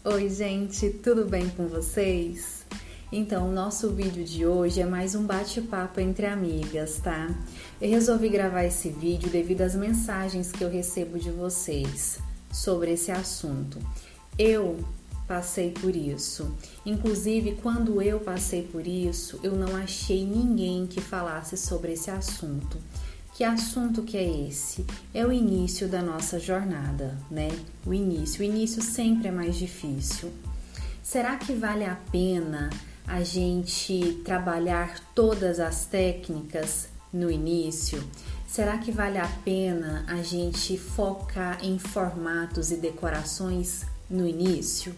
Oi, gente, tudo bem com vocês? Então, o nosso vídeo de hoje é mais um bate-papo entre amigas, tá? Eu resolvi gravar esse vídeo devido às mensagens que eu recebo de vocês sobre esse assunto. Eu passei por isso. Inclusive, quando eu passei por isso, eu não achei ninguém que falasse sobre esse assunto. Que assunto que é esse? É o início da nossa jornada, né? O início sempre é mais difícil. Será que vale a pena a gente trabalhar todas as técnicas no início? Será que vale a pena a gente focar em formatos e decorações no início?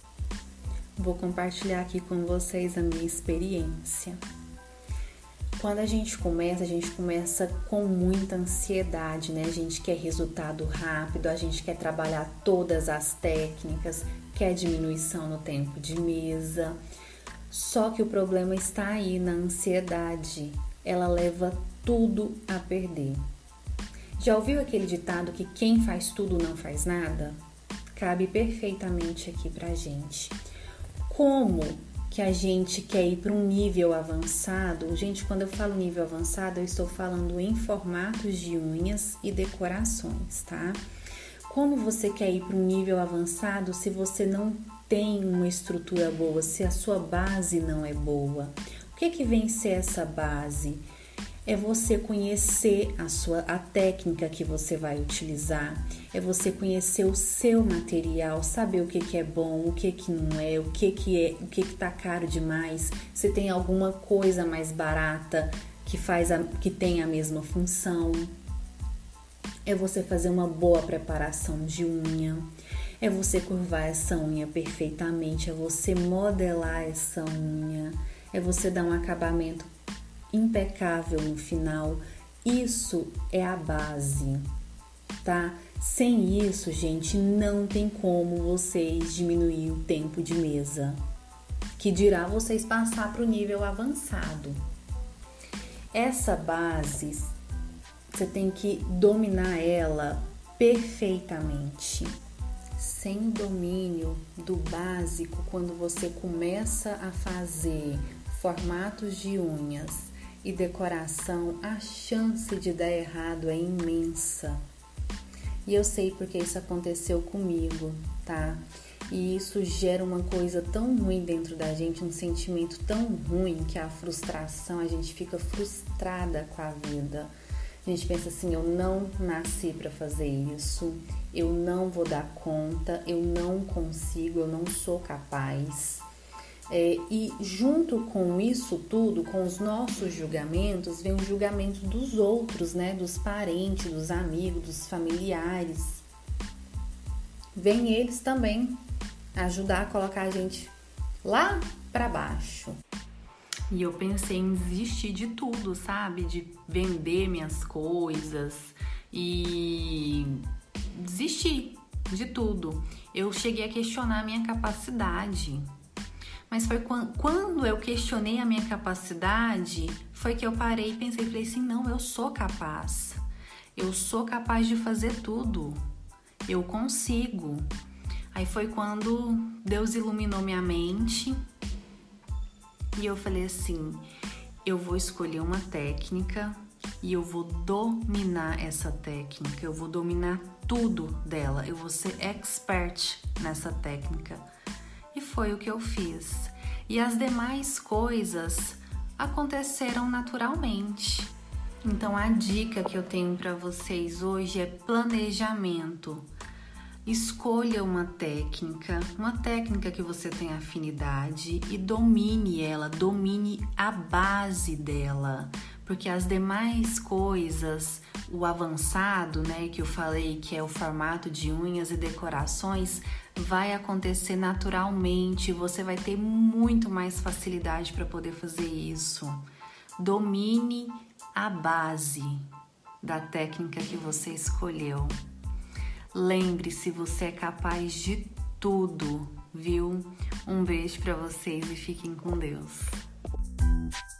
Vou compartilhar aqui com vocês a minha experiência. Quando a gente começa com muita ansiedade, né? A gente quer resultado rápido, a gente quer trabalhar todas as técnicas, quer diminuição no tempo de mesa. Só que o problema está aí na ansiedade. Ela leva tudo a perder. Já ouviu aquele ditado que quem faz tudo não faz nada? Cabe perfeitamente aqui pra gente. Como que a gente quer ir para um nível avançado? Gente, quando eu falo nível avançado, eu estou falando em formatos de unhas e decorações, tá? Como você quer ir para um nível avançado se você não tem uma estrutura boa, se a sua base não é boa? O que vem ser essa base? É você conhecer a técnica que você vai utilizar, é você conhecer o seu material, saber o que é bom, o que não é, o que tá caro demais, se tem alguma coisa mais barata que tem a mesma função. É você fazer uma boa preparação de unha, é você curvar essa unha perfeitamente, é você modelar essa unha, é você dar um acabamento impecável no final. Isso é a base, tá? Sem isso, gente, não tem como vocês diminuir o tempo de mesa, que dirá vocês passar para o nível avançado. Essa base, você tem que dominar ela perfeitamente. Sem o domínio do básico, quando você começa a fazer formatos de unhas e decoração, a chance de dar errado é imensa. E eu sei porque isso aconteceu comigo, tá? E isso gera uma coisa tão ruim dentro da gente, um sentimento tão ruim, que a frustração, a gente fica frustrada com a vida. A gente pensa assim, eu não nasci para fazer isso, eu não vou dar conta, eu não consigo, eu não sou capaz. E junto com isso tudo, com os nossos julgamentos, vem o julgamento dos outros, né? Dos parentes, dos amigos, dos familiares. Vem eles também ajudar a colocar a gente lá para baixo. E eu pensei em desistir de tudo, sabe? De vender minhas coisas e desistir de tudo. Eu cheguei a questionar a minha capacidade. Mas foi quando eu questionei a minha capacidade, foi que eu parei e pensei, falei assim, não, eu sou capaz de fazer tudo, eu consigo. Aí foi quando Deus iluminou minha mente e eu falei assim, eu vou escolher uma técnica e eu vou dominar essa técnica, eu vou dominar tudo dela, eu vou ser expert nessa técnica. E foi o que eu fiz. E as demais coisas aconteceram naturalmente. Então a dica que eu tenho para vocês hoje é planejamento. Escolha uma técnica que você tenha afinidade e domine ela, domine a base dela. Porque as demais coisas, o avançado, né, que eu falei, que é o formato de unhas e decorações, vai acontecer naturalmente, você vai ter muito mais facilidade para poder fazer isso. Domine a base da técnica que você escolheu. Lembre-se, você é capaz de tudo, viu? Um beijo para vocês e fiquem com Deus.